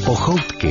Pochoutky.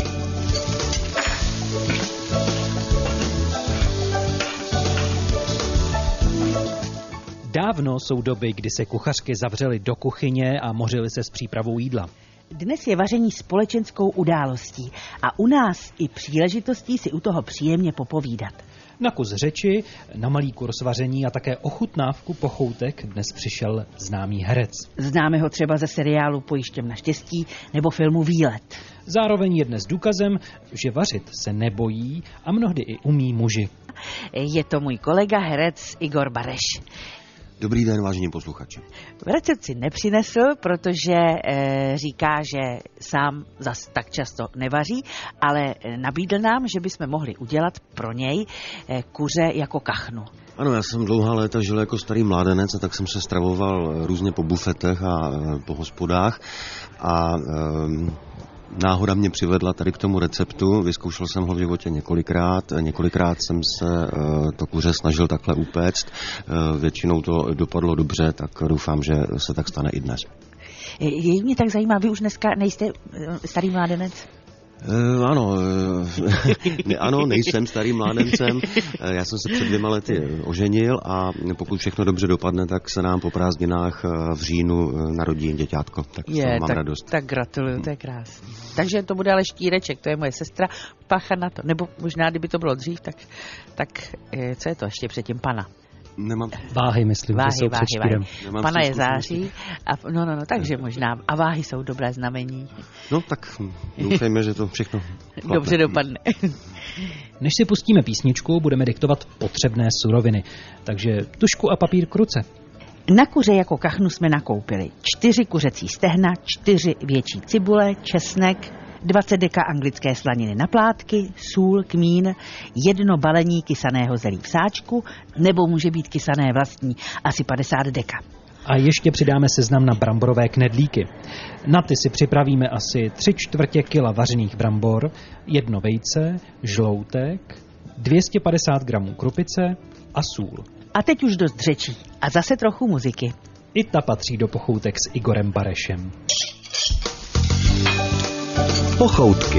Dávno jsou doby, kdy se kuchařky zavřely do kuchyně a mořily se s přípravou jídla. Dnes je vaření společenskou událostí a u nás i příležitostí si u toho příjemně popovídat. Na kus řeči, na malý kurz vaření a také ochutnávku pochoutek dnes přišel známý herec. Známe ho třeba ze seriálu Pojišťovna štěstí nebo filmu Výlet. Zároveň je dnes důkazem, že vařit se nebojí a mnohdy i umí muži. Je to můj kolega herec Igor Bareš. Dobrý den, vážení posluchači. Recept si nepřinesl, protože říká, že sám zas tak často nevaří, ale nabídl nám, že bychom mohli udělat pro něj kuře jako kachnu. Ano, já jsem dlouhá léta žil jako starý mládenec a tak jsem se stravoval různě po bufetech a po hospodách a náhoda mě přivedla tady k tomu receptu, vyzkoušel jsem ho v životě několikrát jsem se to kuře snažil takhle upéct, většinou to dopadlo dobře, tak doufám, že se tak stane i dnes. Mě tak zajímá, vy už dneska nejste starý mládenec? Ano, nejsem starým mládencem. Já jsem se před 2 lety oženil a pokud všechno dobře dopadne, tak se nám po prázdninách v říjnu narodí děťátko. Tak mám radost. Tak gratuluju, to je krásný. Takže to bude ale Štíreček, to je moje sestra, Pacha na to. Nebo možná, kdyby to bylo dřív, tak co je to ještě předtím Pana? Nemám. Váhy, myslím, že jsou před Štírem. Pana je září, takže možná. A váhy jsou dobré znamení. No tak doufejme, že to všechno dobře dopadne. Než si pustíme písničku, budeme diktovat potřebné suroviny. Takže tužku a papír k ruce. Na kuře jako kachnu jsme nakoupili 4 kuřecí stehna, 4 větší cibule, česnek, 20 deka anglické slaniny na plátky, sůl, kmín, 1 balení kysaného zelí v sáčku, nebo může být kysané vlastní, asi 50 deka. A ještě přidáme seznam na bramborové knedlíky. Na ty si připravíme asi 3/4 kila vařených brambor, 1 vejce, žloutek, 250 gramů krupice a sůl. A teď už dost řečí a zase trochu muziky. I ta patří do pochoutek s Igorem Barešem. Pochoutky.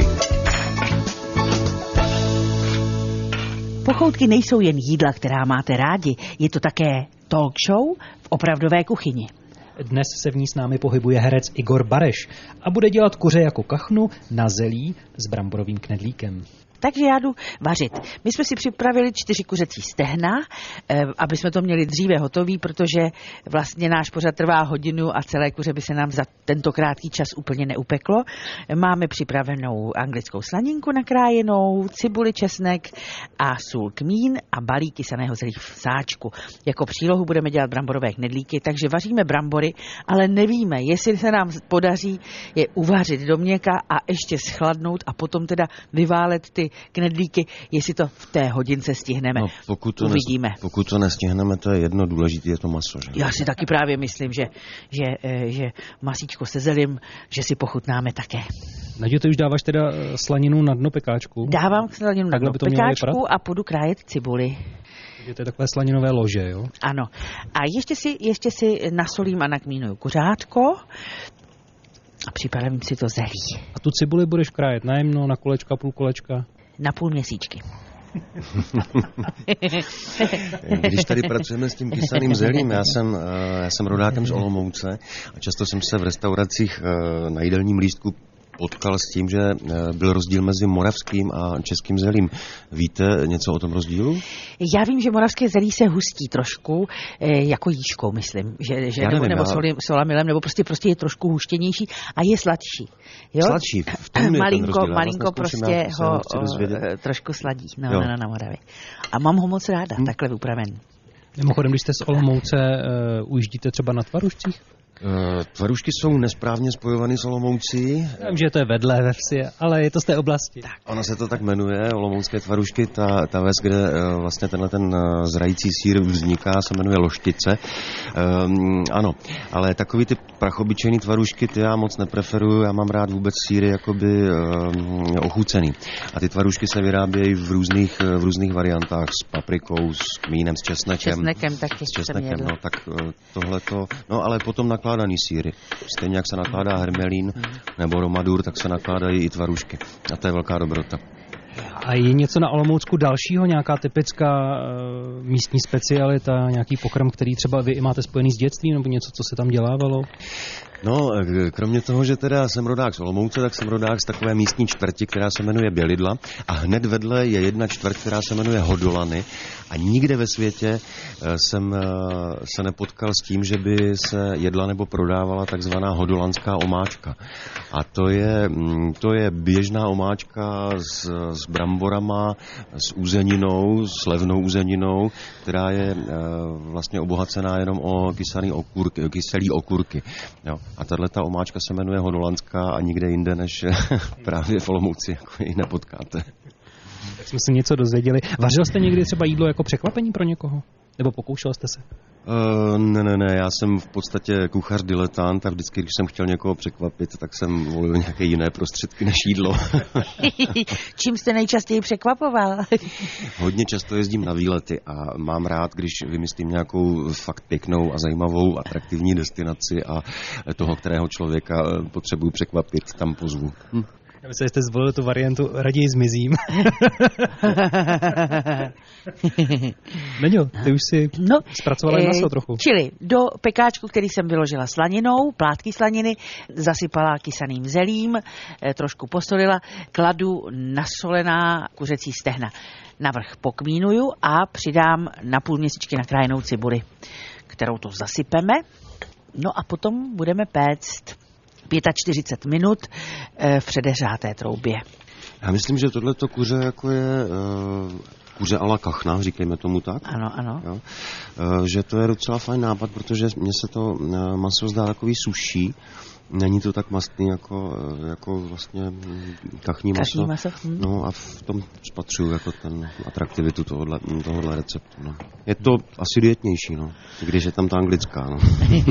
Pochoutky nejsou jen jídla, která máte rádi, je to také talk show v opravdové kuchyni. Dnes se v ní s námi pohybuje herec Igor Bareš a bude dělat kuře jako kachnu na zelí s bramborovým knedlíkem. Takže já jdu vařit. My jsme si připravili 4 kuřecí stehna, aby jsme to měli dříve hotový, protože vlastně náš pořad trvá hodinu a celé kuře by se nám za tento krátký čas úplně neupeklo. Máme připravenou anglickou slaninku nakrájenou, cibuli, česnek a sůl, kmín a balík kysaného zelí v sáčku. Jako přílohu budeme dělat bramborové knedlíky, takže vaříme brambory, ale nevíme, jestli se nám podaří je uvařit do měka a ještě schladnout a potom teda vyválet ty knedlíky, jestli to v té hodince stihneme. No, uvidíme. Pokud to nestihneme, to je jedno, důležité je to maso. Že? Já si taky právě myslím, že masíčko se zelím, že si pochutnáme také. Nadějo, ty už dáváš teda slaninu na dno pekáčku? Dávám slaninu na dno pekáčku a půjdu krájet cibuli. Takže to je takové slaninové lože, jo? Ano. A ještě si nasolím a nakmínuju kuřátko. A připravím si to zelí. A tu cibuli budeš krájet na jemno, na kolečka, půl kolečka? Na půl měsíčky. Když tady pracujeme s tím kysaným zelím, já jsem rodákem z Olomouce a často jsem se v restauracích na jídelním lístku potkal s tím, že byl rozdíl mezi moravským a českým zelím. Víte něco o tom rozdílu? Já vím, že moravské zelí se hustí trošku, jako jíčkou, myslím, že nebo solamilem, nebo prostě je trošku huštěnější a je sladší. Jo? Sladší, v tom je malinko prostě ho trošku sladí na Moravě. A mám ho moc ráda, takhle upravený. Mimochodem, když jste z Olomouce, ujíždíte třeba na Tvarušcích? Tvarušky jsou nesprávně spojovaný s Olomoucí. Já vím, že to je vedle ve vsi, ale je to z té oblasti. Tak. Ono se to tak jmenuje, Olomoucké Tvarušky, ta ves, kde vlastně ten zrající sýr vzniká, se jmenuje Loštice. Ano, ale takový ty prachobyčejný tvarušky, ty já moc nepreferuju, já mám rád vůbec sýry jakoby ochucený. A ty tvarušky se vyrábějí v různých variantách, s paprikou, s kmínem, s česnekem. S česnekem, no tak tohleto, no ale potom na nakládaný sýry. Stejně jak se nakládá hermelín nebo romadur, tak se nakládají i tvarůžky. A to je velká dobrota. A je něco na Olomoucku dalšího, nějaká typická místní specialita, nějaký pokrm, který třeba vy i máte spojený s dětstvím, nebo něco, co se tam dělávalo? No, kromě toho, že teda jsem rodák z Olomouce, tak jsem rodák z takové místní čtvrti, která se jmenuje Bělidla a hned vedle je jedna čtvrť, která se jmenuje Hodolany a nikde ve světě jsem se nepotkal s tím, že by se jedla nebo prodávala takzvaná hodolanská omáčka. A to je běžná omáčka s bramborama, s uzeninou, s levnou uzeninou, která je vlastně obohacená jenom o kyselý okurky. Jo. A tato omáčka se jmenuje hodolanská a nikde jinde než právě v Olomouci jako ji nepotkáte. Tak jsme se něco dozvěděli. Vařil jste někdy třeba jídlo jako překvapení pro někoho? Nebo pokoušel jste se? Ne, já jsem v podstatě kuchař diletant a vždycky, když jsem chtěl někoho překvapit, tak jsem volil nějaké jiné prostředky než jídlo. Čím jste nejčastěji překvapoval? Hodně často jezdím na výlety a mám rád, když vymyslím nějakou fakt pěknou a zajímavou, atraktivní destinaci a toho, kterého člověka potřebuji překvapit, tam pozvu. Já myslím, že jste zvolili tu variantu raději zmizím. Meňo, ty už si zpracovala maso trochu. Čili do pekáčku, který jsem vyložila slaninou, plátky slaniny, zasypala kysaným zelím, trošku posolila, kladu nasolená kuřecí stehna. Navrch pokmínuju a přidám na půl měsíčky nakrájenou cibuli, kterou to zasypeme. No a potom budeme péct 45 minut v předehřáté troubě. Já myslím, že tohleto kuře jako je kuře a la kachna, říkejme tomu tak. Ano. Jo? Že to je docela fajn nápad, protože mně se to maso zdá takový suší. Není to tak mastný jako vlastně kachní maso. No a v tom spatřuju jako ten atraktivitu tohohle receptu. No. Je to asi dietnější, no, když je tam ta anglická. No.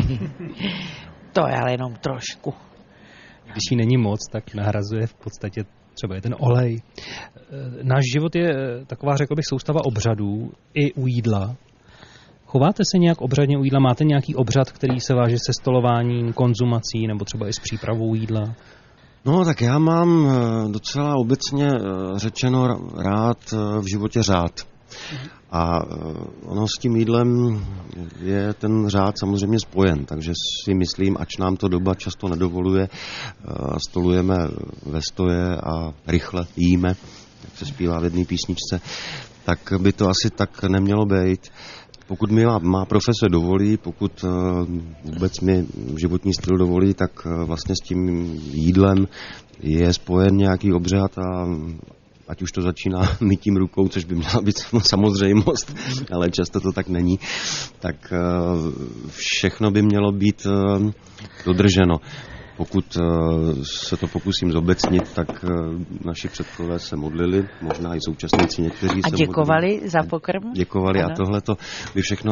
To je ale jenom trošku. Když jí není moc, tak nahrazuje v podstatě třeba i ten olej. Náš život je taková, řekl bych, soustava obřadů i u jídla. Chováte se nějak obřadně u jídla? Máte nějaký obřad, který se váže se stolováním, konzumací nebo třeba i s přípravou jídla? No, tak já mám docela obecně řečeno rád v životě řád. A ono s tím jídlem je ten řád samozřejmě spojen, takže si myslím, ač nám to doba často nedovoluje, stolujeme ve stoje a rychle jíme, jak se zpívá v jedné písničce, tak by to asi tak nemělo být. Pokud mi má profese dovolí, pokud vůbec mi životní styl dovolí, tak vlastně s tím jídlem je spojen nějaký obřad a ať už to začíná mytím rukou, což by měla být samozřejmost, ale často to tak není, tak všechno by mělo být dodrženo. Pokud se to pokusím zobecnit, tak naši předkové se modlili, možná i současníci někteří a děkovali za pokrm? Děkovali ano. A tohle to by všechno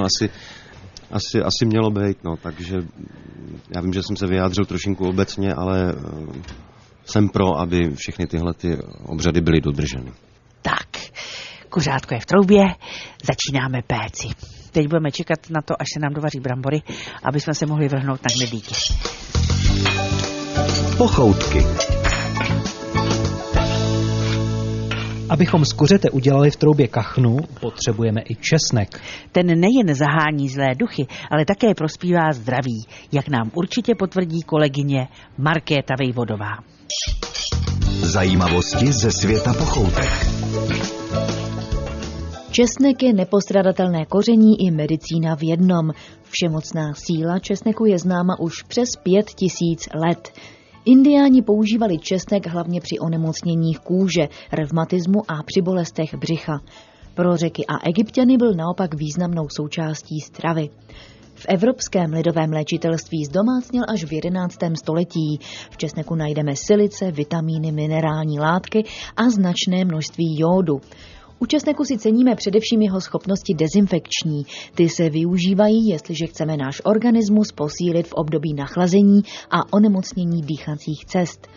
asi mělo být, no, takže já vím, že jsem se vyjádřil trošinku obecně, ale jsem pro, aby všechny tyhle ty obřady byly dodrženy. Tak, kuřátko je v troubě, začínáme péci. Teď budeme čekat na to, až se nám dovaří brambory, aby jsme se mohli vrhnout na knedlíky. Pochoutky. Abychom z kuřete udělali v troubě kachnu, potřebujeme i česnek. Ten nejen zahání zlé duchy, ale také prospívá zdraví, jak nám určitě potvrdí kolegyně Markéta Vejvodová. Zajímavosti ze světa pochoutek. Česnek je nepostradatelné koření i medicína v jednom. Všemocná síla česneku je známa už přes 5000 let. Indiáni používali česnek hlavně při onemocněních kůže, revmatismu a při bolestech břicha. Pro Řeky a Egypťany byl naopak významnou součástí stravy. V evropském lidovém léčitelství zdomácněl až v 11. století. V česneku najdeme silice, vitamíny, minerální látky a značné množství jódu. U česneku si ceníme především jeho schopnosti dezinfekční. Ty se využívají, jestliže chceme náš organismus posílit v období nachlazení a onemocnění dýchacích cest.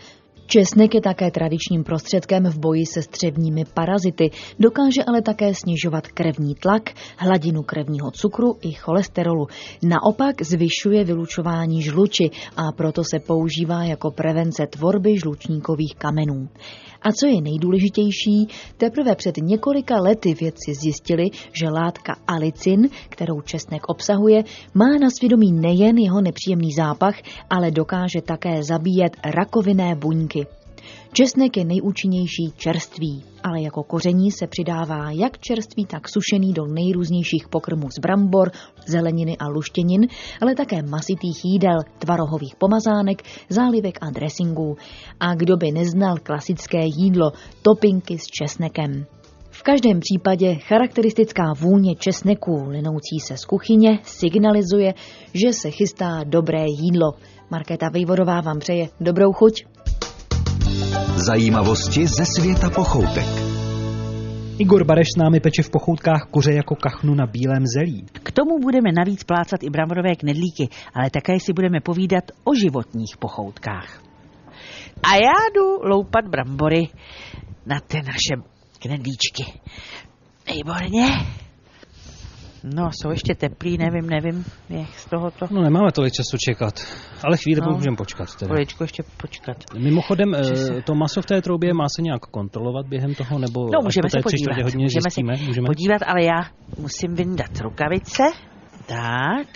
Česnek je také tradičním prostředkem v boji se střevními parazity, dokáže ale také snižovat krevní tlak, hladinu krevního cukru i cholesterolu. Naopak zvyšuje vylučování žluči a proto se používá jako prevence tvorby žlučníkových kamenů. A co je nejdůležitější, teprve před několika lety vědci zjistili, že látka alicin, kterou česnek obsahuje, má na svědomí nejen jeho nepříjemný zápach, ale dokáže také zabíjet rakovinné buňky. Česnek je nejúčinnější čerstvý, ale jako koření se přidává jak čerstvý, tak sušený do nejrůznějších pokrmů z brambor, zeleniny a luštěnin, ale také masitých jídel, tvarohových pomazánek, zálivek a dressingů. A kdo by neznal klasické jídlo, topinky s česnekem. V každém případě charakteristická vůně česneku linoucí se z kuchyně signalizuje, že se chystá dobré jídlo. Markéta Vejvodová vám přeje dobrou chuť. Zajímavosti ze světa pochoutek. Igor Bareš s námi peče v pochoutkách kuře jako kachnu na bílém zelí. K tomu budeme navíc plácat i bramborové knedlíky, ale také si budeme povídat o životních pochoutkách. A já jdu loupat brambory na ty naše knedlíčky. Výborně. No, jsou ještě teplý, nevím, jak z tohoto. No, nemáme tolik času čekat, ale chvíli můžeme počkat. Chvíličku ještě počkat. Mimochodem, to maso v té troubě má se nějak kontrolovat během toho, nebo no, můžeme se podívat. Můžeme podívat, ale já musím vyndat rukavice. Tak.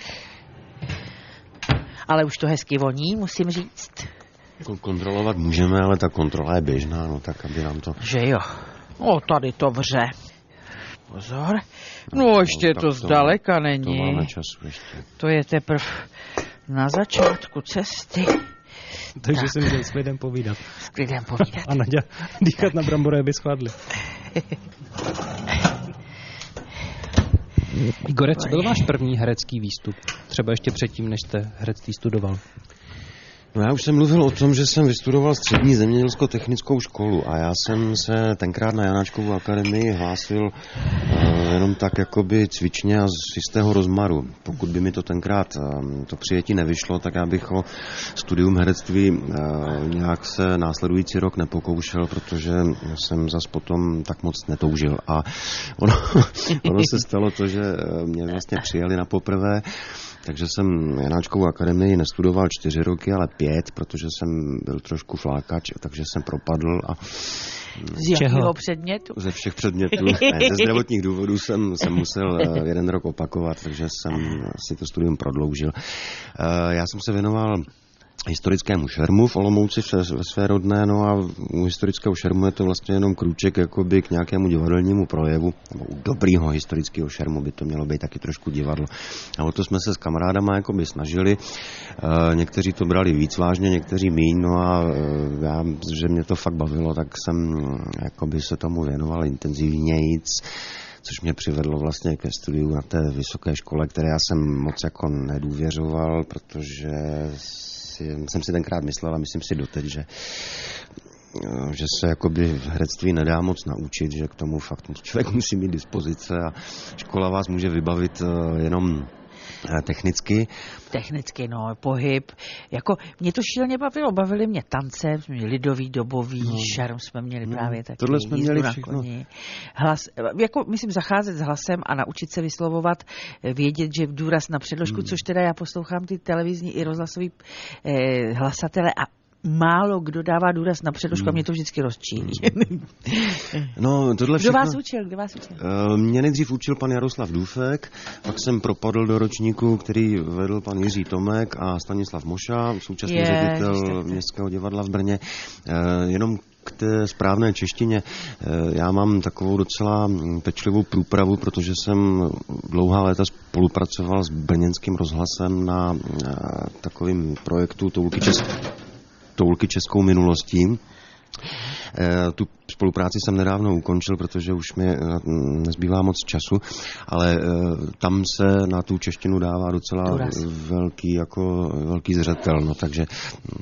Ale už to hezky voní, musím říct. Kontrolovat můžeme, ale ta kontrola je běžná, no tak, aby nám to... Že jo. O, tady to vře. Pozor. No, ještě to zdaleka není. To máme času ještě. To je teprve na začátku cesty. Takže jsem měl s lidem povídat. S lidem povídat. A Naďa dýchat na brambory, aby schvádli. Igore, co byl váš první herecký výstup? Třeba ještě předtím, než jste herectví studoval. No já už jsem mluvil o tom, že jsem vystudoval střední zemědělsko-technickou školu a já jsem se tenkrát na Janáčkovu akademii hlásil jenom tak jakoby cvičně a z čistého rozmaru. Pokud by mi to tenkrát to přijetí nevyšlo, tak já bych o studium herectví nějak se následující rok nepokoušel, protože jsem zas potom tak moc netoužil. A ono se stalo to, že mě vlastně přijali na poprvé. Takže jsem Janáčkovu akademii nestudoval 4 roky, ale 5, protože jsem byl trošku flákač, takže jsem propadl. A z jakého předmětu? Ze všech předmětů. Ze zdravotních důvodů jsem musel 1 rok opakovat, takže jsem si to studium prodloužil. Já jsem se věnoval historickému šermu v Olomouci ve své rodné, no a u historického šermu je to vlastně jenom krůček jakoby k nějakému divadelnímu projevu, nebo u dobrýho historického šermu by to mělo být taky trošku divadlo. A o to jsme se s kamarádama jakoby snažili, někteří to brali víc vážně, někteří míň, no a já, že mě to fakt bavilo, tak jsem jakoby se tomu věnoval intenzivnějíc, což mě přivedlo vlastně ke studiu na té vysoké škole, které já jsem moc jako nedůvěřoval, protože jsem si tenkrát myslel a myslím si doteď, že se jakoby v herectví nedá moc naučit, že k tomu fakt člověk musí mít dispozice a škola vás může vybavit jenom technicky. Technicky, no, pohyb. Jako, mě to šíleně bavily mě tance, lidový, dobový, šarm jsme měli právě taky. Tohle jsme měli všechno. Hlas, jako, myslím, zacházet s hlasem a naučit se vyslovovat, vědět, že důraz na předložku, což teda já poslouchám ty televizní i rozhlasový hlasatele a málo kdo dává důraz na předložku a mě to vždycky rozčílí. No, tohle Kdo vás učil? Mě nejdřív učil pan Jaroslav Dufek, pak jsem propadl do ročníku, který vedl pan Jiří Tomek a Stanislav Moša, současný ředitel Městského divadla v Brně. Jenom k té správné češtině. Já mám takovou docela pečlivou průpravu, protože jsem dlouhá léta spolupracoval s brněnským rozhlasem na takovým projektu Toulky českou minulostí. Tu spolupráci jsem nedávno ukončil, protože už mi nezbývá moc času, ale tam se na tu češtinu dává docela velký zřetel, no, takže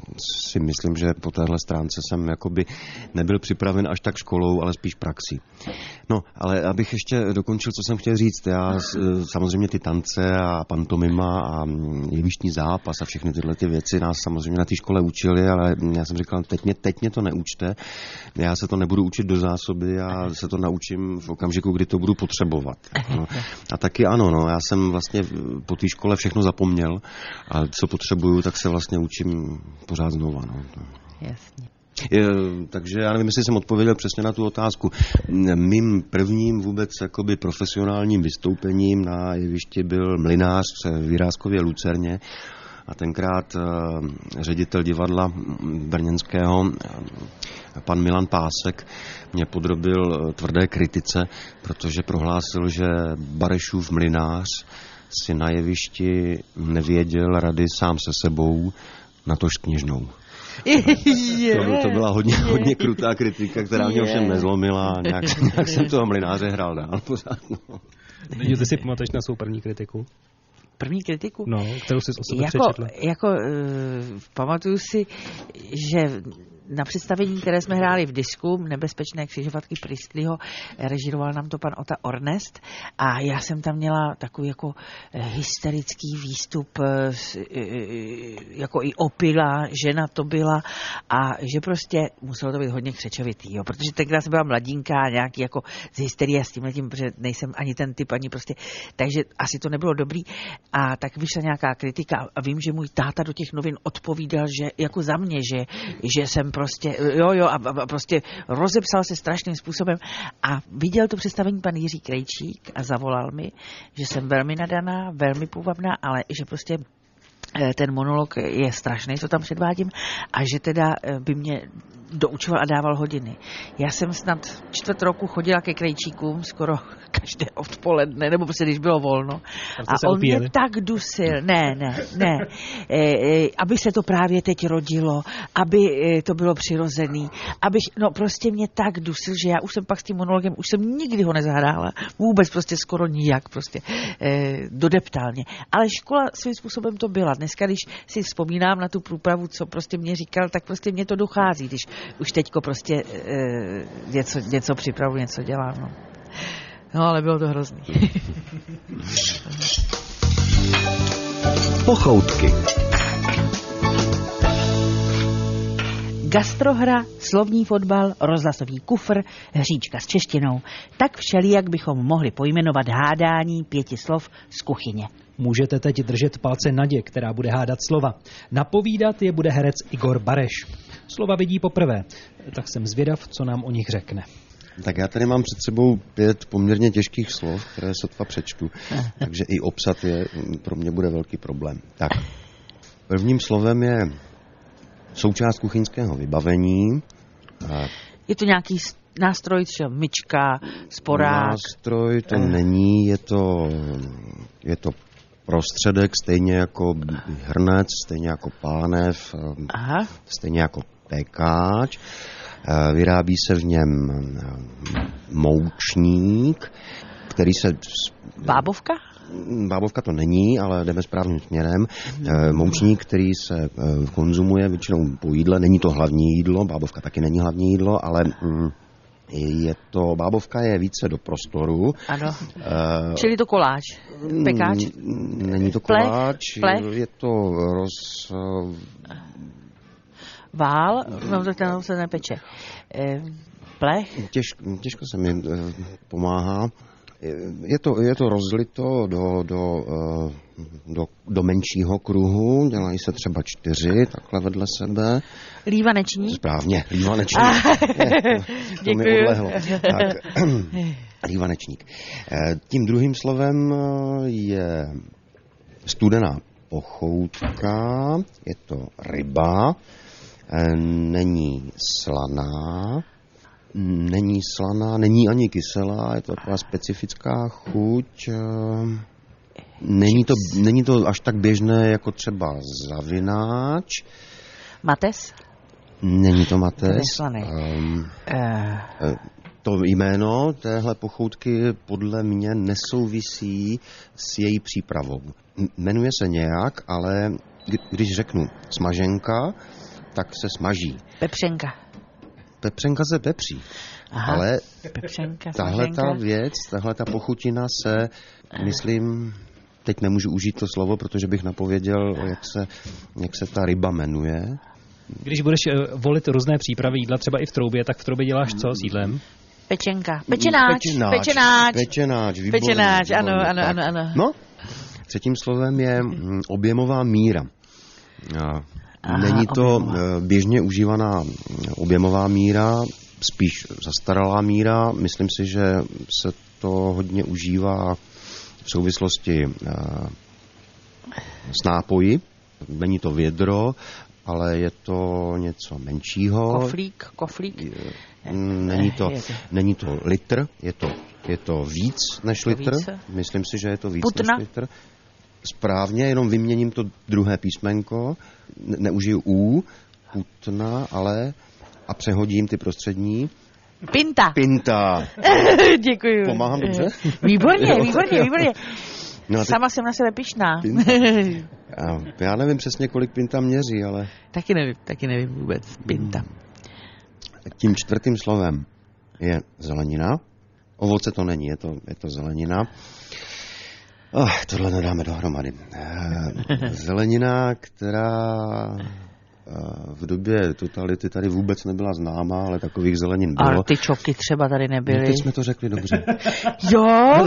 si myslím, že po téhle stránce jsem jakoby nebyl připraven až tak školou, ale spíš praxí. No, ale abych ještě dokončil, co jsem chtěl říct, já samozřejmě ty tance a pantomima a jevištní zápas a všechny tyhle ty věci nás samozřejmě na té škole učili, ale já jsem říkal, teď mě to neučte, já se to nebudu učit do zásoby, já se to naučím v okamžiku, kdy to budu potřebovat. No. A taky ano, no, já jsem vlastně po té škole všechno zapomněl a co potřebuju, tak se vlastně učím pořád znova. No. Jasně. Takže já nevím, jestli jsem odpověděl přesně na tu otázku. Mým prvním vůbec jakoby profesionálním vystoupením na jevišti byl Mlynář v Jiráskově Lucerně a tenkrát ředitel divadla brněnského, pan Milan Pásek, mě podrobil tvrdé kritice, protože prohlásil, že Barešův Mlynář si na jevišti nevěděl rady sám se sebou, natož s kněžnou. To byla hodně krutá kritika, která mě ovšem nezlomila. Nějak jsem toho Mlynáře hrál dál pořád. No. Ty si pamatuješ na svou první kritiku? První kritiku? No, kterou jsi o sobě přečetla. Pamatuju si, že na představení, které jsme hráli v disku, Nebezpečné křižovatky Priestleyho, režíroval nám to pan Ota Ornest a já jsem tam měla takový jako hysterický výstup, jako i opilá žena to byla a že prostě muselo to být hodně křečovitý, jo, protože tenkrát jsem byla mladínka a nějaký jako z hysterie s tímhletím, protože nejsem ani ten typ, ani prostě, takže asi to nebylo dobrý a tak vyšla nějaká kritika a vím, že můj táta do těch novin odpovídal, že jako za mě, že jsem prostě, a prostě rozepsal se strašným způsobem a viděl to představení pan Jiří Krejčík a zavolal mi, že jsem velmi nadaná, velmi půvabná, ale že prostě ten monolog je strašný, co tam předvádím a že teda by mě doučoval a dával hodiny. Já jsem snad 4 roku chodila ke Krejčíkům skoro každé odpoledne, nebo prostě když bylo volno. A on mě tak dusil, ne, aby se to právě teď rodilo, aby to bylo přirozený, prostě mě tak dusil, že já už jsem pak s tím monologem, už jsem nikdy ho nezahrála, vůbec prostě skoro nijak, prostě dodeptálně. Ale škola svým způsobem to byla. Dneska, když si vzpomínám na tu průpravu, co prostě mě říkal, tak prostě mě to dochází, když už teďko prostě něco připravu, něco dělám. No, ale bylo to hrozný. Pochoutky. Gastrohra, slovní fotbal, rozhlasový kufr, hříčka s češtinou. Tak všelijak bychom mohli pojmenovat hádání 5 slov z kuchyně. Můžete teď držet palce Nadě, která bude hádat slova. Napovídat je bude herec Igor Bareš. Slova vidí poprvé, tak jsem zvědav, co nám o nich řekne. Tak já tady mám před sebou 5 poměrně těžkých slov, které sotva přečtu, takže i obsat je pro mě bude velký problém. Tak, prvním slovem je součást kuchyňského vybavení. Je to nějaký nástroj, třeba myčka, sporák? Nástroj to není, je to prostředek, stejně jako hrnec, stejně jako pánev, stejně jako pékáč. Vyrábí se v něm moučník, který se... Bábovka? Bábovka to není, ale jdeme správným směrem. Moučník, který se konzumuje většinou po jídle, není to hlavní jídlo, bábovka taky není hlavní jídlo, ale bábovka je více do prostoru. Ano. Čili to koláč, pekáč? Není to koláč, Plech? Je to Vál? No to tam se nepeče. Plech? Těžko se mi pomáhá. Je to rozlito do menšího kruhu, dělají se třeba 4 takhle vedle sebe. Lívanečník? Správně, lívanečník. To mi odlehlo. Tak, lívanečník. Tím druhým slovem je studená pochoutka, je to ryba, není slaná, není ani kyselá, je to taková specifická chuť. Není to až tak běžné jako třeba zavináč. Mates? Není to mates. To jméno téhle pochoutky podle mě nesouvisí s její přípravou. Jmenuje se nějak, ale když řeknu smaženka, tak se smaží. Pepřenka. Pepřenka se pepří. Aha, Ale pepřenka, tahle ta věc, tahle ta pochutina se, myslím, teď nemůžu užít to slovo, protože bych napověděl, jak se ta ryba jmenuje. Když budeš volit různé přípravy jídla, třeba i v troubě, tak v troubě děláš co s jídlem? Pečenka. Pečenáč, výborný. Pečenáč, ano. No, třetím slovem je objemová míra. Není to běžně užívaná objemová míra, spíš zastaralá míra. Myslím si, že se to hodně užívá v souvislosti s nápoji. Není to vědro, ale je to něco menšího. Koflík. Není to litr, je to víc než litr. Myslím si, že je to víc než litr. Správně, jenom vyměním to druhé písmenko. Neužiju U, putna, ale a přehodím ty prostřední. Pinta. Děkuji. Pomáhám dobře? Výborně. No, sama jsem na sebe pyšná. Já nevím přesně, kolik pinta měří, ale... Taky nevím vůbec. Pinta. Tím čtvrtým slovem je zelenina. Ovoce to není, je to zelenina. Tohle nedáme dohromady. Zelenina, která v době totality tady vůbec nebyla známá, ale takových zelenin bylo. Artičoky třeba tady nebyly. No, teď jsme to řekli dobře. Jo,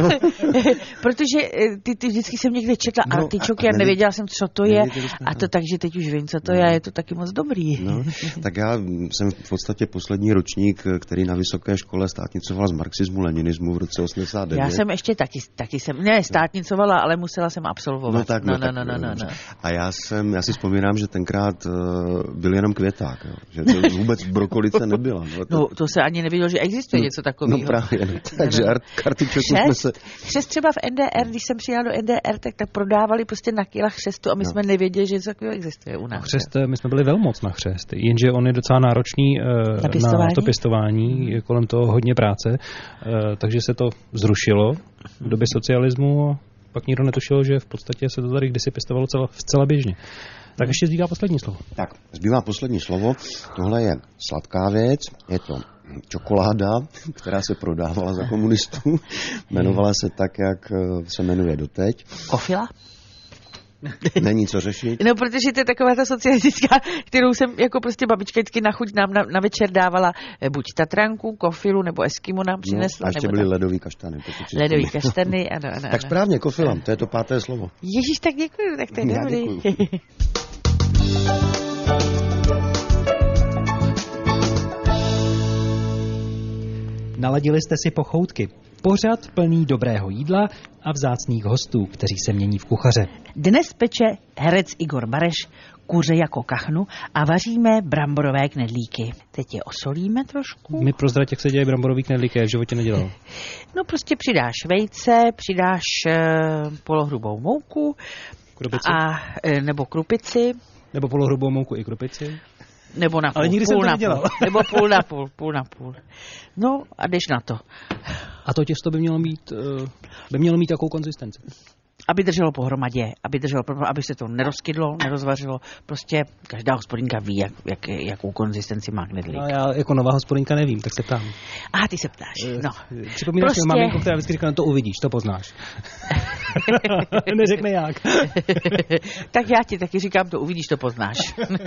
protože ty vždycky jsem někde četla artičoky a nevěděla jsem, co to je. A to takže teď už vím, co to je to taky moc dobrý. No, tak já jsem v podstatě poslední ročník, který na vysoké škole státnicoval z marxismu, leninismu v roce 89. Já jsem ještě taky jsem, státnicovala, ale musela jsem absolvovat. No. A já si vzpomínám, že tenkrát byl jenom květák, jo. Že to vůbec brokolice nebyla. No, to se ani nevědělo, že existuje něco takového. No právě, takže artičoku jsme se... Chřest třeba v NDR, když jsem přijela do NDR, tak prodávali prostě na kila chřestu a my jsme nevěděli, že něco takového existuje u nás. Chřest, my jsme byli velmoc na chřest, jenže on je docela náročný na to pěstování, je kolem toho hodně práce, takže se to zrušilo v době socialismu a pak nikdo netušil, že v podstatě se to tady kdysi pěstovalo zcela běžně. Tak ještě zbývá poslední slovo. Tak, zbývá poslední slovo. Tohle je sladká věc, je to čokoláda, která se prodávala za komunistů. Jmenovala se tak, jak se jmenuje doteď. Kofila? Není co řešit. No, protože to je taková ta socialistická, kterou jsem jako prostě babička vždycky na chuť nám na večer dávala buď tatranku, kofilu nebo eskimo nám přinesla. A ještě byly ledový kaštany. Ledový kaštany, ano. Tak správně, kofila, to je to 5. slovo. Ježíš, tak děkuju, tak to je dobrý. Naladili jste si pochoutky. Pořad plný dobrého jídla a vzácných hostů, kteří se mění v kuchaře. Dnes peče herec Igor Bareš kuře jako kachnu a vaříme bramborové knedlíky. Teď je osolíme trošku. Mi prozrať, jak se dělají bramborový knedlíky, já v životě nedělal. No prostě přidáš vejce, přidáš polohrubou mouku, krupici. Nebo krupici. Nebo polohrubou mouku i krupici. Nebo na půl. Ale nikdy jsem to nedělal. Nebo půl na půl. No a jdeš na to. A to těsto by mělo mít jakou konzistenci? Aby drželo pohromadě, aby se to nerozkydlo, nerozvařilo. Prostě každá hospodinka ví, jakou konzistenci má knedlík. No, já jako nová hospodinka nevím, tak se ptám. Aha, ty se ptáš, no. Připomínáš prostě... maminku, která vždycky říká, no to uvidíš, to poznáš. Neřekne jak. Tak já ti taky říkám, to uvidíš, to poznáš.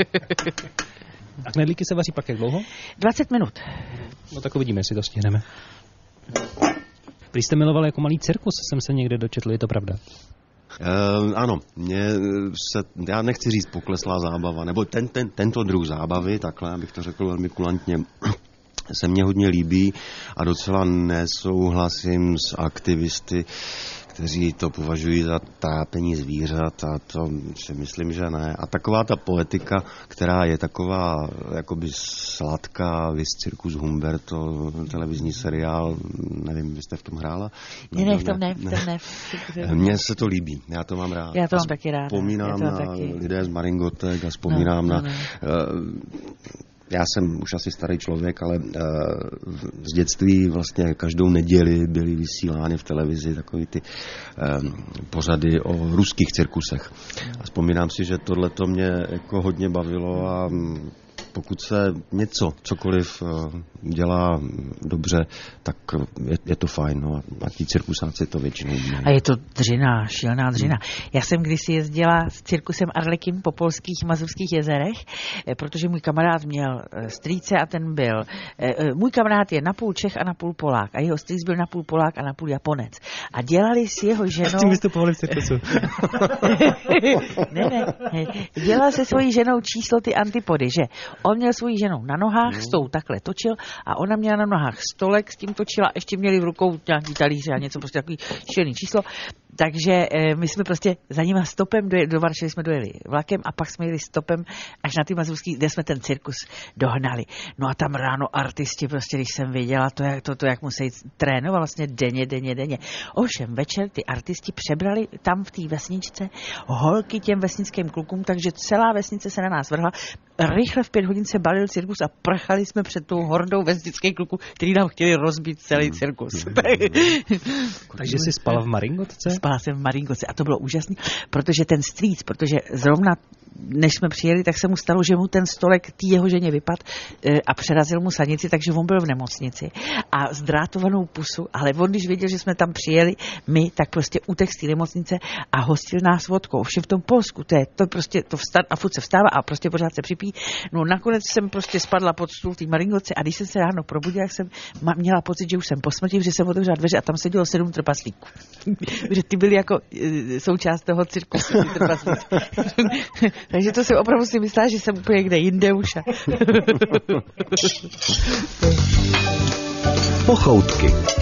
A knedlíky se vaří pak jak dlouho? 20 minut. No tak uvidíme, jestli to stihneme. Když jste miloval jako malý cirkus, jsem se někde dočetl, je to pravda? Ano, já nechci říct pokleslá zábava, nebo tento druh zábavy, takhle, abych to řekl velmi kulantně, se mně hodně líbí a docela nesouhlasím s aktivisty, kteří to považují za trápení zvířat a to si myslím, že ne. A taková ta poetika, která je taková jakoby sladká, vis Cirkus Humberto, televizní seriál, nevím, vy jste v tom hrála? Ne, v tom ne. Mně se to líbí, já to mám rád. Já to mám taky rád. Vzpomínám na lidé z Maringotek a vzpomínám na... Já jsem už asi starý člověk, ale z dětství vlastně každou neděli byly vysílány v televizi takový ty pořady o ruských cirkusech. A vzpomínám si, že tohle to mě jako hodně bavilo a pokud se cokoliv dělá dobře, tak je to fajn. No, a ti cirkusáci to většinou mají. A je to dřina, šílená dřina. Já jsem kdysi jezdila s cirkusem Arlekin po polských Mazurských jezerech, protože můj kamarád měl strýce a ten byl. Můj kamarád je napůl Čech a napůl Polák a jeho strýc byl napůl Polák a napůl Japonec. A dělali s jeho ženou... Tím vystupovali v cirkusu. ne. Dělal se svojí ženou číslo ty antipody, že on měl svoji ženou na nohách, s tou takhle točil a ona měla na nohách stolek, s tím točila, ještě měli v rukou nějaký talíře a něco, prostě takový šílený číslo. Takže my jsme prostě za nima stopem do Varšavy jsme dojeli vlakem a pak jsme jeli stopem až na ty Mazurský, kde jsme ten cirkus dohnali. No a tam ráno artisti, prostě když jsem viděla to jak musí trénovat vlastně denně. Ovšem večer ty artisti přebrali tam v té vesničce holky těm vesnickým klukům, takže celá vesnice se na nás vrhla. Rychle v 5 hodin se balil cirkus a prchali jsme před tou hordou vesnických kluků, který nám chtěli rozbít celý cirkus. Takže jsi spala v Maringotce? Spala jsem v Maringotce a to bylo úžasné, protože ten strýc, protože zrovna než jsme přijeli, tak se mu stalo, že mu ten stolek tý jeho ženě vypadl a přerazil mu sanici, takže on byl v nemocnici a zdrátovanou pusu, ale on, když věděl, že jsme tam přijeli my, tak prostě utek z té nemocnice a hostil nás vodkou. Ovšem v tom Polsku, to prostě to vstat a furt se vstává a prostě pořád se připí. No nakonec jsem prostě spadla pod stůl v té Maringotce a když jsem se ráno probudila, jak jsem měla pocit, že už jsem po smrti, že jsem otevřela dveře a tam sedělo 7 trpaslíků. Že ty byly jako součást toho cirkusu, ty trpaslíci. Takže to jsem opravdu si myslela, že jsem úplně kde jinde už. Pochoutky.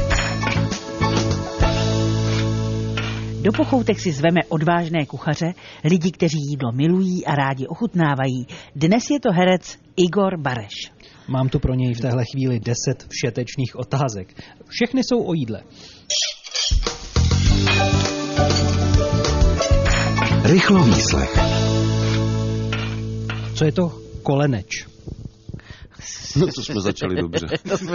Do pochoutek si zveme odvážné kuchaře, lidi, kteří jídlo milují a rádi ochutnávají. Dnes je to herec Igor Bareš. Mám tu pro něj v téhle chvíli 10 všetečných otázek. Všechny jsou o jídle. Rychlovýslech. Co je to koleneč? No to jsme začali dobře.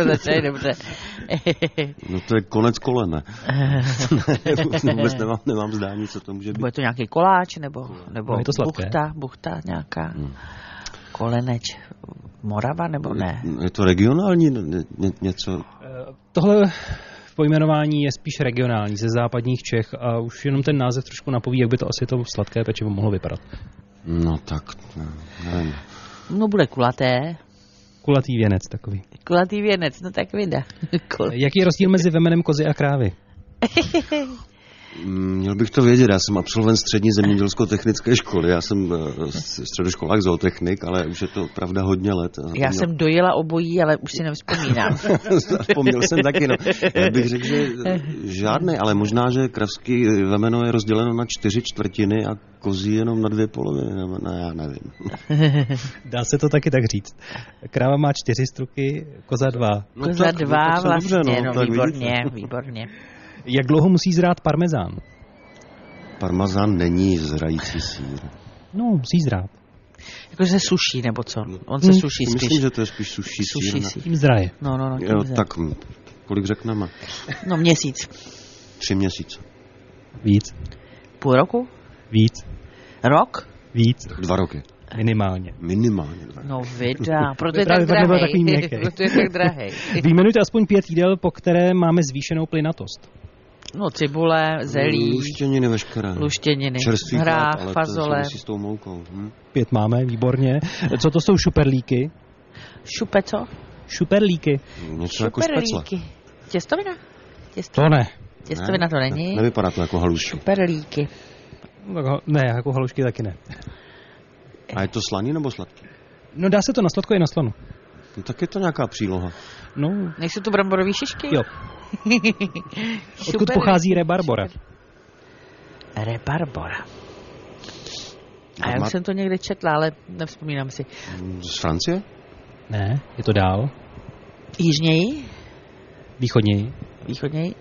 No to je konec kolene. Vůbec nemám zdání, co to může být. Bude to nějaký koláč, nebo je to buchta nějaká. Koleneč. Morava, nebo ne? Je to regionální něco? Tohle pojmenování je spíš regionální, ze západních Čech a už jenom ten název trošku napoví, jak by to asi to sladké pečivo mohlo vypadat. No tak, nevím. No bude kulaté. Kulatý věnec takový. Kulatý věnec, no tak vida. Jaký je rozdíl mezi vemenem kozy a krávy? Měl bych to vědět, já jsem absolvent střední zemědělsko-technické školy, já jsem středoškolák zootechnik, ale už je to pravda hodně let. Já jsem dojela obojí, ale už si nevzpomínám. Vzpomněl jsem taky, no. Já bych řekl, že žádný, ale možná, že kravský vemeno je rozděleno na 4/4 a kozí jenom na 2 poloviny, no já nevím. Dá se to taky tak říct. Kráva má 4 struky, koza 2. No koza 2 vlastně, dobře, no výborně, výborně. Jak dlouho musí zrát parmezán? Parmezán není zrající sýr. No, musí zrát. Jakože se suší, nebo co? On se suší spíš. Myslím, že to je spíš suší sýr. Tím zraje. No, tím jo, tak kolik řekneme? No, měsíc. 3 měsíce. Víc. Půl roku? Víc. Rok? Víc. 2 roky. Minimálně. Minimálně 2 roky. No vida, proto je tak drahej. Proto je tak drahej. Vyjmenujte aspoň 5 jídel, po které máme zvýšenou plynatost. No cibule, zelí. Luštěniny veškeré. Čerstvý hrách, fazole. S tou moukou. 5 máme, výborně. Co to jsou šuperlíky? Šupe co? Šuperlíky. Něco jako špecle. Těstovina? To ne. Těstovina to není. Nevypadá to jako halušky. Šuperlíky. Ne, jako halušky taky ne. A je to slaný nebo sladký? No dá se to na sladko i na slanu. No tak je to nějaká příloha. No. Nejsou to bramborový šišky? Jo. Odkud pochází rebarbora? Rebarbora. A já už jsem to někde četla, ale nevzpomínám si. Z Francie? Ne, je to dál. Jižněji? Východněji.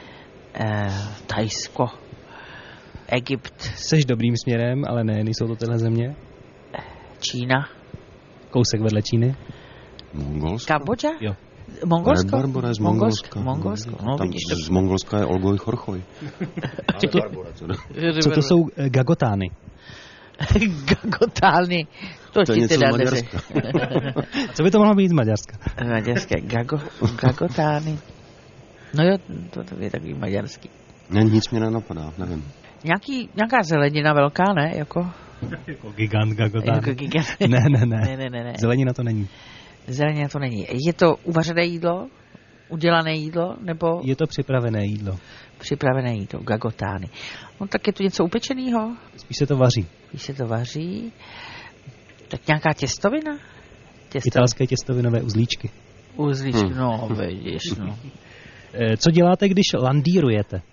Thajsko. Egypt. Seš dobrým směrem, ale ne, nejsou to tyhle země. Čína. Kousek vedle Číny. Mongolsko? Kambodža? Jo. Mongolsko? Rebarbora je z Mongolska. No, tam z Mongolska je Olgoj Chorchoj. Co to jsou gagotány? Gagotány. To je něco z Maďarska. A co by to mohlo být z Maďarska? Maďarské gagotány. No jo, to je takový maďarský. Ne, nic mě nenapadá, nevím. Nějaká zelenina velká, ne? Jako gigant gagotán. Jako gigant. Ne. Zelenina to není. Zelenina to není. Je to uvařené jídlo? Udělané jídlo? Nebo je to připravené jídlo. Připravené jídlo, gagotány. No tak je to něco upečeného? Spíš se to vaří. Spíš se to vaří. Tak nějaká těstovina? Italské těstovinové uzlíčky. Uzlíčky, no vidíš, no. Co děláte, když landírujete?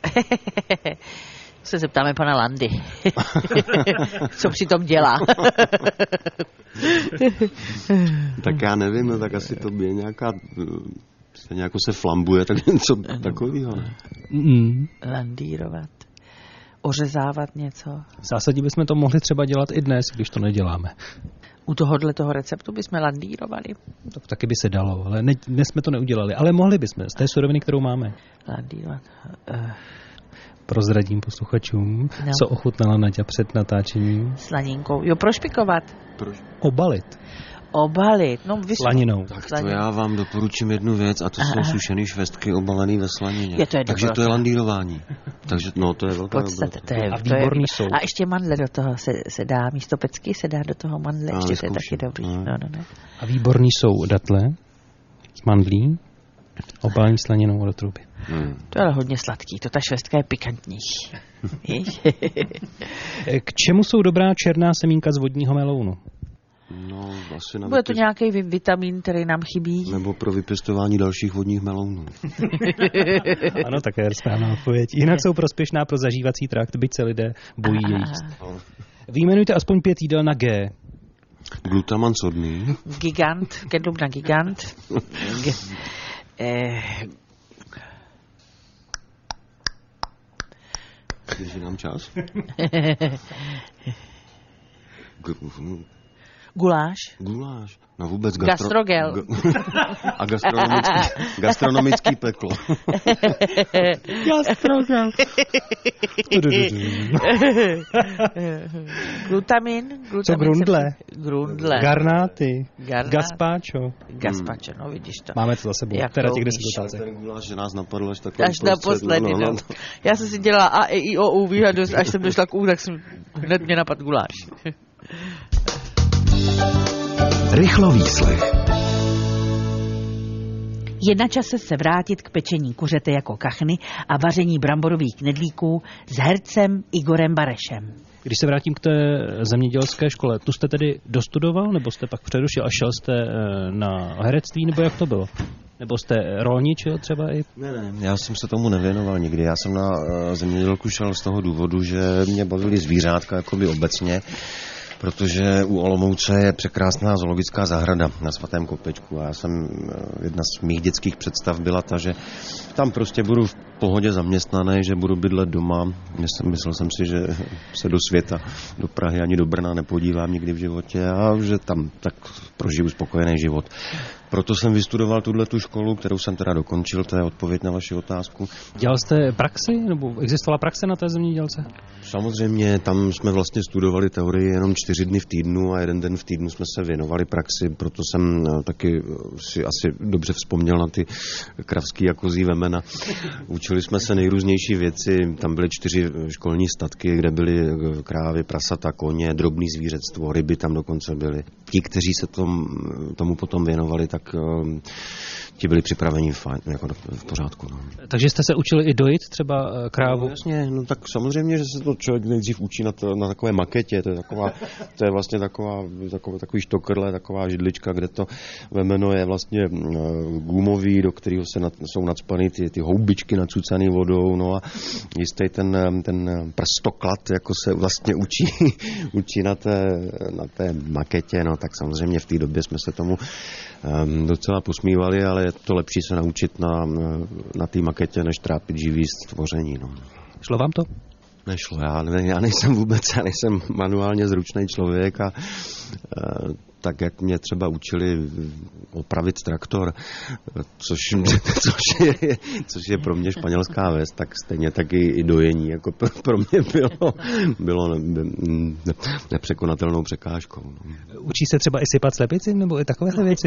Se zeptáme pana Landy. Co přitom dělá? Tak já nevím, no tak asi to je nějaká... Nějak se flambuje, tak něco takového, ne? Landírovat. Ořezávat něco. V zásadě bychom to mohli třeba dělat i dnes, když to neděláme. U toho receptu bychom landírovali. To taky by se dalo, ale dnes jsme to neudělali. Ale mohli bychom, z té suroviny, kterou máme. Landírovat. Prozradím posluchačům, co ochutnala Naďa před natáčením. Slaninkou. Jo, prošpikovat. Obalit. No, slaninou. Tak to já vám doporučím jednu věc a to jsou sušený švestky obalený ve slanině. Takže to je landírování. Takže no, to je velká dobrota. A výborný jsou. A ještě mandle do toho se dá, místo pecky se dá do toho mandle, ještě to je taky dobrý. No. A výborný jsou datle s mandlí, obalený slaninou do truby. To je ale hodně sladký, ta švestka je pikantní. K čemu jsou dobrá černá semínka z vodního melounu? No, asi na bude to nějaký vitamin, který nám chybí. Nebo pro vypěstování dalších vodních melounů. Ano, také je správná odpověď. Jinak jsou prospěšná pro zažívací trakt, byť se lidé bojí je jíst. Vyjmenujte aspoň 5 jídel na G. Glutaman sodný. Gigant, kedlubna gigant. Když nám čas. Guláš. No vůbec gastrogel. A gastronomický peklo. Gastrogel. Glutamin. Co grundle? Garnáty. Gazpacho, no vidíš to. Máme to za sebou. Teda těch 10 otázek. Ten guláš, že nás napadlo až takové. Až naposledy, no. Já jsem si dělala A, E, I, O, U výhledu, až jsem došla k U, tak jsem hned mě napadl guláš. Rychlovýslech. Je na čase se vrátit k pečení kuřete jako kachny a vaření bramborových knedlíků s hercem Igorem Barešem. Když se vrátím k té zemědělské škole, tu jste tedy dostudoval, nebo jste pak přerušil a šel jste na herectví, nebo jak to bylo? Nebo jste rolničil třeba i? Ne, já jsem se tomu nevěnoval nikdy. Já jsem na zemědělku šel z toho důvodu, že mě bavily zvířátka jakoby obecně, protože u Olomouce je překrásná zoologická zahrada na Svatém Kopečku a jedna z mých dětských představ byla ta, že tam prostě budu v pohodě zaměstnaný, že budu bydlet doma. Myslel jsem si, že se do světa, do Prahy ani do Brna nepodívám nikdy v životě a že tam tak prožiju spokojený život. Proto jsem vystudoval tu školu, kterou jsem teda dokončil, to je odpověď na vaši otázku. Dělal jste praxi, nebo existovala praxe na té zemědělce? Samozřejmě, tam jsme vlastně studovali teorii jenom 4 dny v týdnu a 1 den v týdnu jsme se věnovali praxi, proto jsem taky si asi dobře vzpomněl na ty kravský a kozí vemena. Učili jsme se nejrůznější věci, tam byly 4 školní statky, kde byly krávy, prasata, koně, drobný zvířectvo, ryby tam dokonce byly. Ti, kteří se tomu potom věnovali, tak ti byli připraveni jako v pořádku. No. Takže jste se učili i dojít třeba krávu? No, jasně, no tak samozřejmě, že se to člověk nejdřív učí na takové maketě, to je vlastně takový štokrle, taková židlička, kde to vemeno je vlastně gumový, do kterého jsou nacpaný ty houbičky nacucaný vodou, no a jistý ten prstoklad, jako se vlastně učí na té maketě, no tak samozřejmě v té době jsme se tomu docela posmívali, ale je to lepší se naučit na té maketě, než trápit živý stvoření. No. Šlo vám to? Nešlo, já nejsem manuálně zručný člověk a tak jak mě třeba učili opravit traktor, což je pro mě španělská ves, tak stejně taky i dojení jako pro mě bylo nepřekonatelnou překážkou. Učí se třeba i sypat slepici, nebo i takovéhle věci?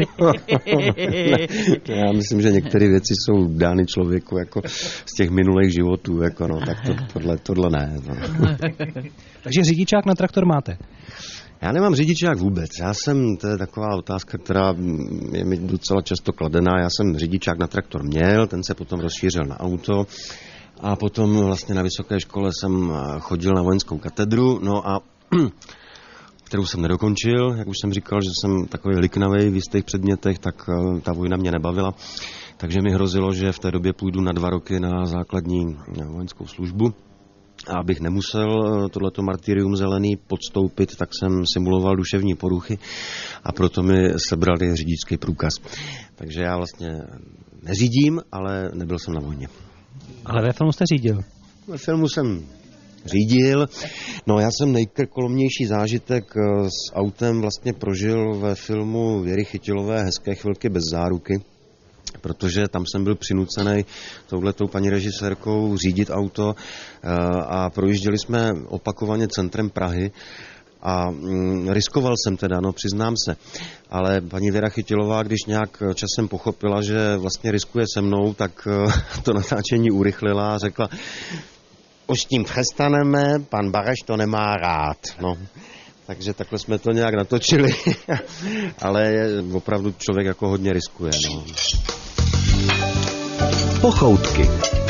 Já myslím, že některé věci jsou dány člověku jako z těch minulých životů, jako no, tak tohle ne. No. Takže řidičák na traktor máte? Já nemám řidičák vůbec. To je taková otázka, která je mi docela často kladená. Já jsem řidičák na traktor měl, ten se potom rozšířil na auto a potom vlastně na vysoké škole jsem chodil na vojenskou katedru, no a kterou jsem nedokončil, jak už jsem říkal, že jsem takový liknavej v jistých předmětech, tak ta vojna mě nebavila. Takže mi hrozilo, že v té době půjdu na 2 roky na základní vojenskou službu. A abych nemusel tohleto martyrium zelený podstoupit, tak jsem simuloval duševní poruchy a proto mi sebrali řidičský průkaz. Takže já vlastně neřídím, ale nebyl jsem na vojně. Ale ve filmu jste řídil? Ve filmu jsem řídil. No, já jsem nejkrkolomnější zážitek s autem vlastně prožil ve filmu Věry Chytilové Hezké chvilky bez záruky, protože tam jsem byl přinucený touhletou paní režisérkou řídit auto a projížděli jsme opakovaně centrem Prahy a riskoval jsem teda, no přiznám se, ale paní Věra Chytilová, když nějak časem pochopila, že vlastně riskuje se mnou, tak to natáčení urychlila a řekla: už tím přestaneme, pan Bareš to nemá rád. No. Takže takhle jsme to nějak natočili, ale opravdu člověk jako hodně riskuje. No. Pochoutky.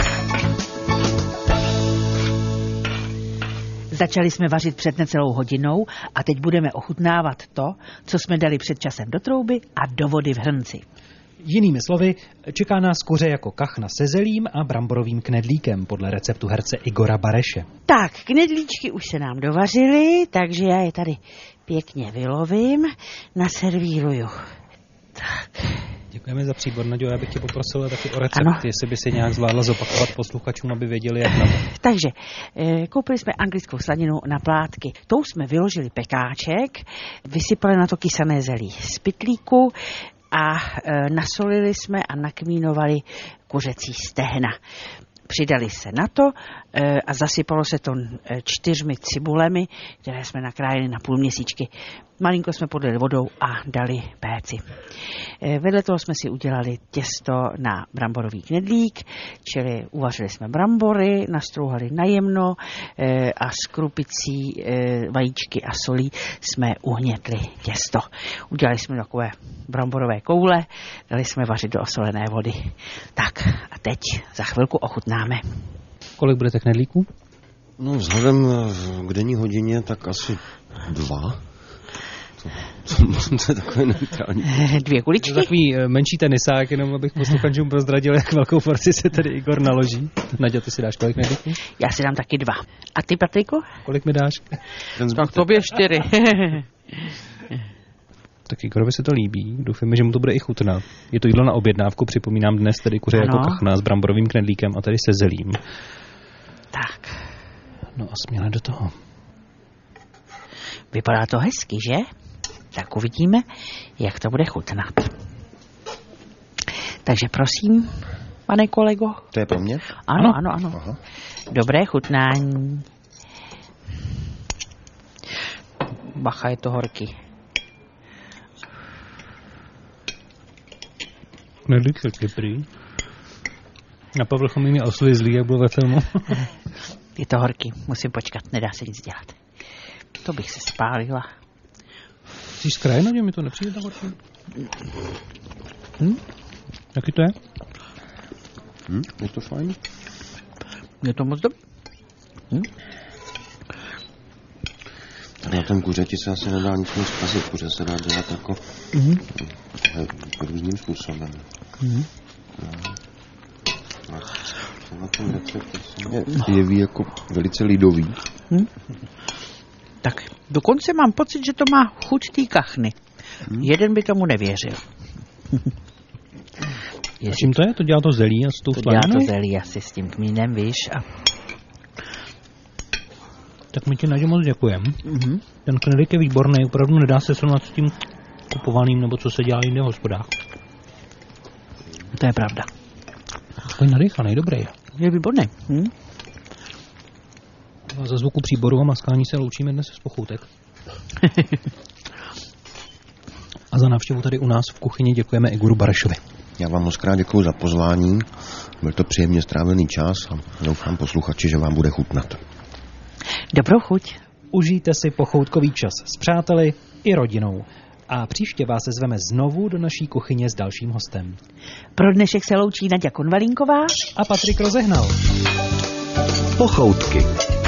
Začali jsme vařit před necelou hodinou a teď budeme ochutnávat to, co jsme dali před časem do trouby a do vody v hrnci. Jinými slovy, čeká nás kuře jako kachna se zelím a bramborovým knedlíkem podle receptu herce Igora Bareše. Tak, knedlíčky už se nám dovařily, takže já je tady pěkně vylovím, naservíruju. Tak. Děkujeme za příbor, Naďo, já bych tě poprosila taky o recept, ano. Jestli by si nějak zvládla zopakovat posluchačům, aby věděli, jak na to. Takže koupili jsme anglickou slaninu na plátky. Tou jsme vyložili pekáček, vysypali na to kysané zelí z pytlíku a nasolili jsme a nakmínovali kuřecí stehna. Přidali se na to a zasypalo se to 4 cibulemi, které jsme nakrájeli na půlměsíčky. Malinko jsme podlili vodou a dali péci. Vedle toho jsme si udělali těsto na bramborový knedlík, čili uvařili jsme brambory, nastrouhali najemno a s krupicí, vajíčky a solí jsme uhnětli těsto. Udělali jsme takové bramborové koule, dali jsme vařit do osolené vody. Tak a teď za chvilku ochutnáme. Kolik budete knedlíků? No vzhledem k denní hodině tak asi 2. To je takové neutrální. 2 kuličky? To je takový menší tenisák, jenom abych posluchačům prozradil, jak velkou porci se tady Igor naloží. Naďa, ty si dáš kolik knedlíků? Já si dám taky 2. A ty, Patriku? Kolik mi dáš? Tak tobě 4. Tak Igorovi se to líbí, doufáme, že mu to bude i chutnat. Je to jídlo na objednávku, připomínám dnes tedy kuře jako kachna s bramborovým knedlíkem a tady se zelím. Tak. No a směle do toho. Vypadá to hezky, že? Tak uvidíme, jak to bude chutnat. Takže prosím, pane kolego. To je pro mě? Ano. Aha. Dobré chutnání. Bacha, je to horký. Knedlík je kyprý. Na povrchu mi oslizlý, jak byl ve filmu. Je to horký, musím počkat, nedá se nic dělat. To bych se spálila. Jsi z kraje, Nadě, mi to nepřijde tak horký? Jaký to je? Je to fajn. Je to moc dobré. Na tom kuřeti se asi nedá nic moc zkazit. Kuře se dá dělat jako různým způsobem. Na tom receptu se mě jeví jako velice lidový. Tak dokonce mám pocit, že to má chuť té kachny. Jeden by tomu nevěřil. A čím to je? To dělá to zelí a s tou slaninou? To dělá to zelí asi s tím kmínem, víš. Tak my ti, Naďo, moc děkujem. Ten knedlík je výborný, opravdu nedá se srovnat s tím nakupovaným, nebo co se dělá jinde v hospodách. To je pravda. Takový nadýchaný, dobrý. Je výborný. A za zvuku příboru a maskání se loučíme dnes z Pochoutek. A za návštěvu tady u nás v kuchyni děkujeme Igoru Barešovi. Já vám moc krát děkuju za pozvání. Byl to příjemně strávený čas a doufám posluchači, že vám bude chutnat. Dobrou chuť. Užijte si pochoutkový čas s přáteli i rodinou. A příště vás zveme znovu do naší kuchyně s dalším hostem. Pro dnešek se loučí Naďa Konvalínková a Patrik Rozehnal. Pochoutky.